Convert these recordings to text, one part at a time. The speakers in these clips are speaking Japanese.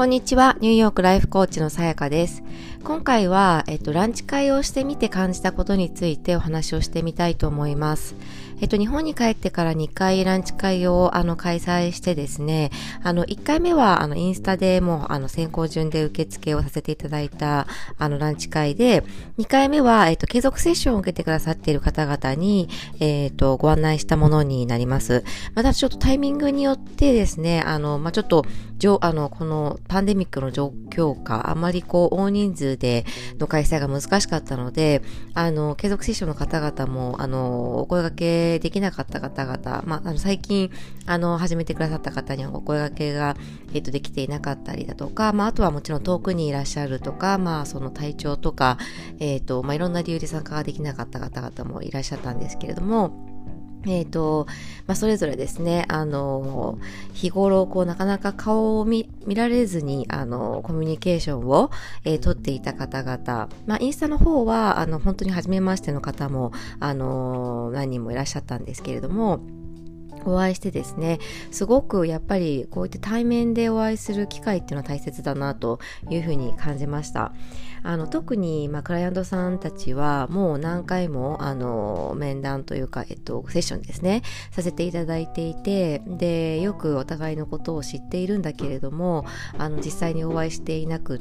こんにちは、ニューヨークライフコーチのさやかです。今回は、ランチ会をしてみて感じたことについてお話をしてみたいと思います。日本に帰ってから2回ランチ会を開催してですね、1回目はインスタでも先行順で受付をさせていただいたランチ会で、2回目は継続セッションを受けてくださっている方々にご案内したものになります。またちょっとタイミングによってですね、ちょっとこのパンデミックの状況下、あまり大人数での開催が難しかったので、継続セッションの方々もお声掛けできなかった方々、最近始めてくださった方にはお声掛けができていなかったりだとか、あとはもちろん遠くにいらっしゃるとか、その体調とかいろんな理由で参加ができなかった方々もいらっしゃったんですけれども、それぞれですね、日頃なかなか顔を見られずにコミュニケーションを、取っていた方々、インスタの方は本当に初めましての方も何人もいらっしゃったんですけれども、お会いしてですね、すごくやっぱりこういった対面でお会いする機会っていうのは大切だなというふうに感じました。特にクライアントさんたちはもう何回も面談というか、セッションですねさせていただいていて、でよくお互いのことを知っているんだけれども実際にお会いしていなくって、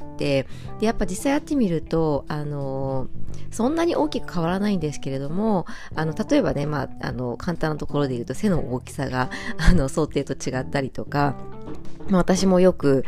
でやっぱ実際会ってみるとそんなに大きく変わらないんですけれども、例えばね、簡単なところで言うと背の大きさが想定と違ったりとか、私もよく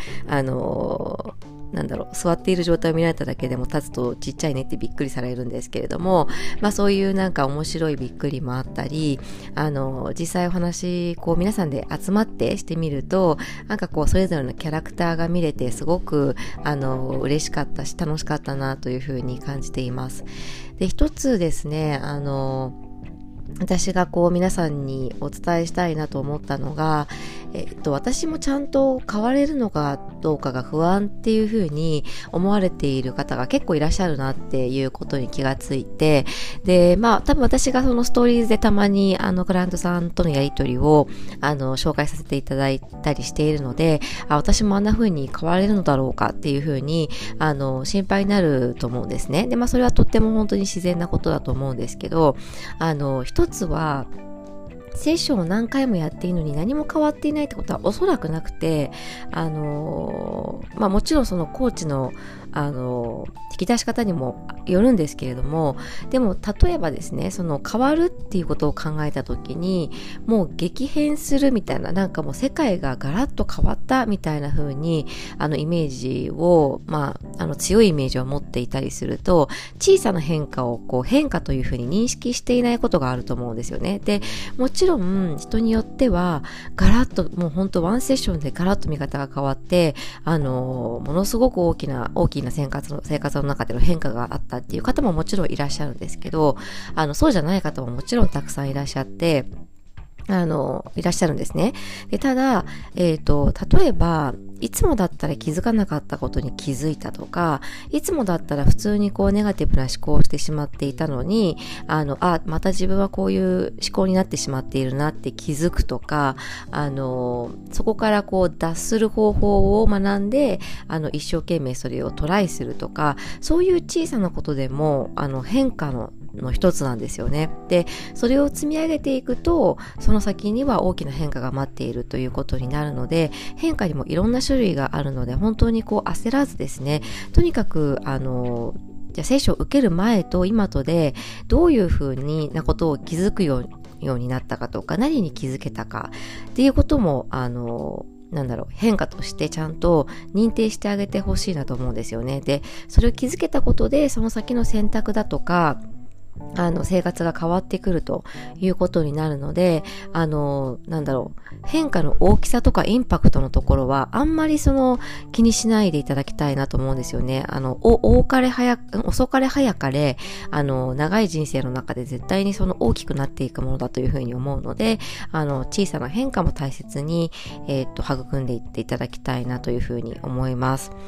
座っている状態を見られただけでも立つとちっちゃいねってびっくりされるんですけれども、そういう面白いびっくりもあったり、実際お話皆さんで集まってしてみるとそれぞれのキャラクターが見れてすごく嬉しかったし楽しかったなというふうに感じています。で、一つですね、私が皆さんにお伝えしたいなと思ったのが、私もちゃんと変われるのかどうかが不安っていう風に思われている方が結構いらっしゃるなっていうことに気がついて、で、多分私がそのストーリーズでたまにクライアントさんとのやりとりを紹介させていただいたりしているので、私もあんな風に変われるのだろうかっていう風に心配になると思うんですね。で、それはとっても本当に自然なことだと思うんですけど、一つはセッションを何回もやっていいのに何も変わっていないってことはおそらくなくて、もちろんそのコーチの引き出し方にもよるんですけれども、でも例えばですね、その変わるっていうことを考えたときにもう激変するみたいな、もう世界がガラッと変わったみたいな風にイメージを強いイメージを持っていたりすると、小さな変化を変化という風に認識していないことがあると思うんですよね。で、もちろん人によってはガラッともう本当ワンセッションでガラッと見方が変わってものすごく大きな生活の中での変化があったっていう方ももちろんいらっしゃるんですけど、そうじゃない方ももちろんたくさんいらっしゃっていらっしゃるんですね。で、ただ、例えば、いつもだったら気づかなかったことに気づいたとか、いつもだったら普通にネガティブな思考をしてしまっていたのに、また自分はこういう思考になってしまっているなって気づくとか、そこから脱する方法を学んで、一生懸命それをトライするとか、そういう小さなことでも、変化の一つなんですよね。で、それを積み上げていくと、その先には大きな変化が待っているということになるので、変化にもいろんな種類があるので、本当に焦らずですね、とにかくじゃあセッションを受ける前と今とでどういうふうなことを気づくようになったかとか、何に気づけたかっていうことも変化としてちゃんと認定してあげてほしいなと思うんですよね。で、それを気づけたことでその先の選択だとか生活が変わってくるということになるので、変化の大きさとかインパクトのところはあんまり気にしないでいただきたいなと思うんですよね。遅かれ早かれ長い人生の中で絶対に大きくなっていくものだというふうに思うので、小さな変化も大切に育んでいっていただきたいなというふうに思います。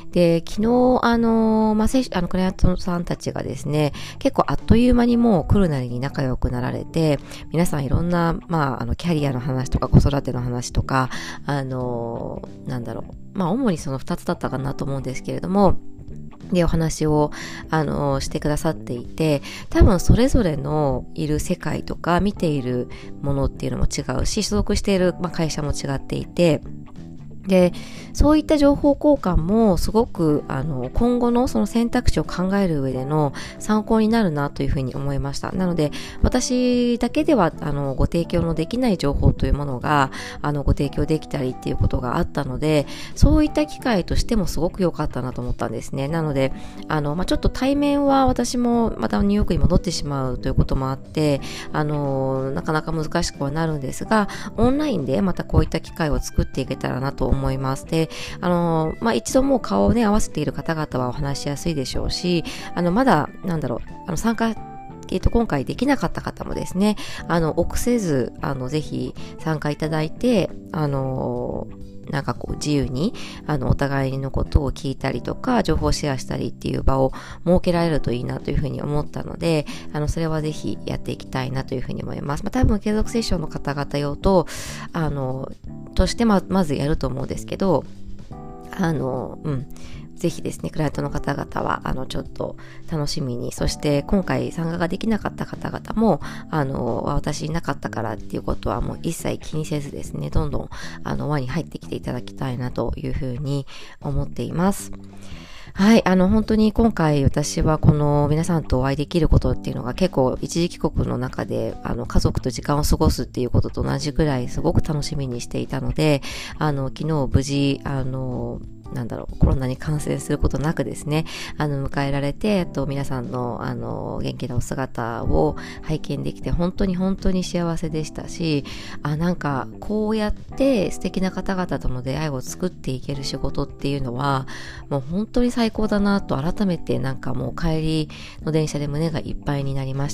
で、昨日、クライアントさんたちがですね、結構あっという間にもう来るなりに仲良くなられて、皆さんいろんな、キャリアの話とか子育ての話とか、主にその2つだったかなと思うんですけれども、で、お話を、してくださっていて、多分それぞれのいる世界とか見ているものっていうのも違うし、所属している、会社も違っていて、で、そういった情報交換もすごく今後のその選択肢を考える上での参考になるなというふうに思いました。なので私だけではご提供のできない情報というものがご提供できたりっていうことがあったので、そういった機会としてもすごく良かったなと思ったんですね。なのでちょっと対面は私もまたニューヨークに戻ってしまうということもあってなかなか難しくはなるんですが、オンラインでまたこういった機会を作っていけたらなと思います。で、一度もう顔をね合わせている方々はお話しやすいでしょうし、まだ参加今回できなかった方もですね、臆せずぜひ参加いただいて自由にお互いのことを聞いたりとか情報をシェアしたりっていう場を設けられるといいなというふうに思ったので、それはぜひやっていきたいなというふうに思います。多分継続セッションの方々用ととしてまずやると思うんですけど、ぜひですね、クライアントの方々は、ちょっと楽しみに、そして今回参加ができなかった方々も、私いなかったからっていうことはもう一切気にせずですね、どんどん、輪に入ってきていただきたいなというふうに思っています。はい、本当に今回私はこの皆さんとお会いできることっていうのが結構一時帰国の中で家族と時間を過ごすっていうことと同じぐらいすごく楽しみにしていたので、昨日無事コロナに感染することなくですね、迎えられて、皆さんの元気なお姿を拝見できて本当に本当に幸せでしたし、こうやって素敵な方々との出会いを作っていける仕事っていうのはもう本当に最高だなと改めてもう帰りの電車で胸がいっぱいになりました。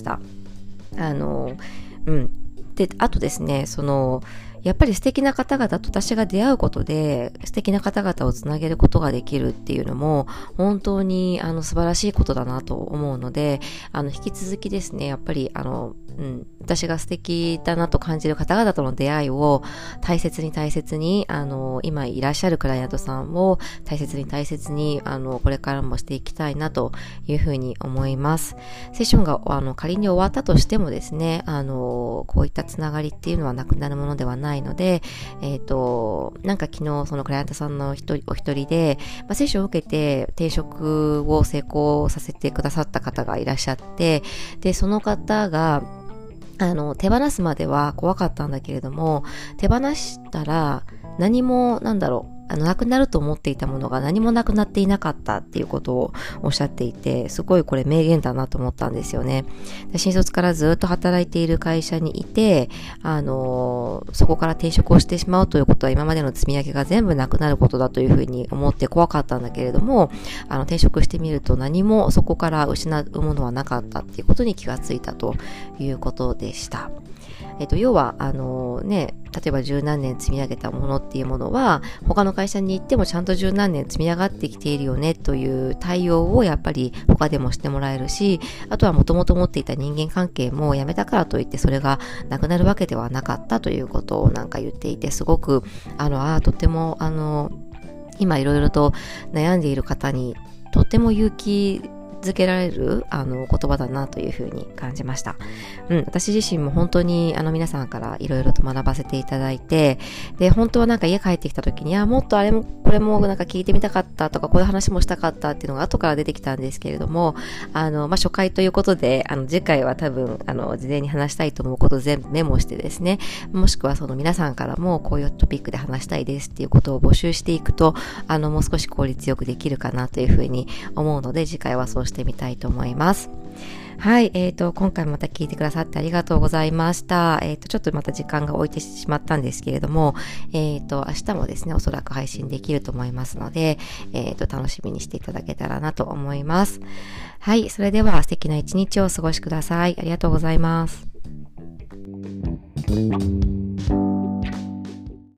で、あとですね、やっぱり素敵な方々と私が出会うことで素敵な方々をつなげることができるっていうのも本当に素晴らしいことだなと思うので、引き続きですね、やっぱり私が素敵だなと感じる方々との出会いを大切に今いらっしゃるクライアントさんを大切にこれからもしていきたいなというふうに思います。セッションが仮に終わったとしてもですね、こういったつながりっていうのはなくなるものではないので、昨日そのクライアントさんのお一人で、セッションを受けて転職を成功させてくださった方がいらっしゃって、でその方が手放すまでは怖かったんだけれども、手放したら何もなくなると思っていたものが何もなくなっていなかったっていうことをおっしゃっていて、すごいこれ名言だなと思ったんですよね。新卒からずっと働いている会社にいて、そこから転職をしてしまうということは今までの積み上げが全部なくなることだというふうに思って怖かったんだけれども、転職してみると何もそこから失うものはなかったっていうことに気がついたということでした。要は例えば十何年積み上げたものっていうものは他の会社に行ってもちゃんと十何年積み上がってきているよねという対応をやっぱり他でもしてもらえるし、あとはもともと持っていた人間関係も辞めたからといってそれがなくなるわけではなかったということを言っていて、すごくとても今いろいろと悩んでいる方にとても勇気づけられる言葉だなというふうに感じました。私自身も本当に皆さんからいろいろと学ばせていただいて、で本当は家帰ってきた時にもっとあれもこれも聞いてみたかったとかこういう話もしたかったっていうのが後から出てきたんですけれども、初回ということで次回は多分事前に話したいと思うことを全部メモしてですね、もしくは皆さんからもこういうトピックで話したいですっていうことを募集していくともう少し効率よくできるかなというふうに思うので、次回はそうしてみたいと思います。はい、今回もまた聞いてくださってありがとうございました。ちょっとまた時間が置いてしまったんですけれども、明日もですね、おそらく配信できると思いますので、楽しみにしていただけたらなと思います。はい、それでは素敵な一日をお過ごしください。ありがとうございます。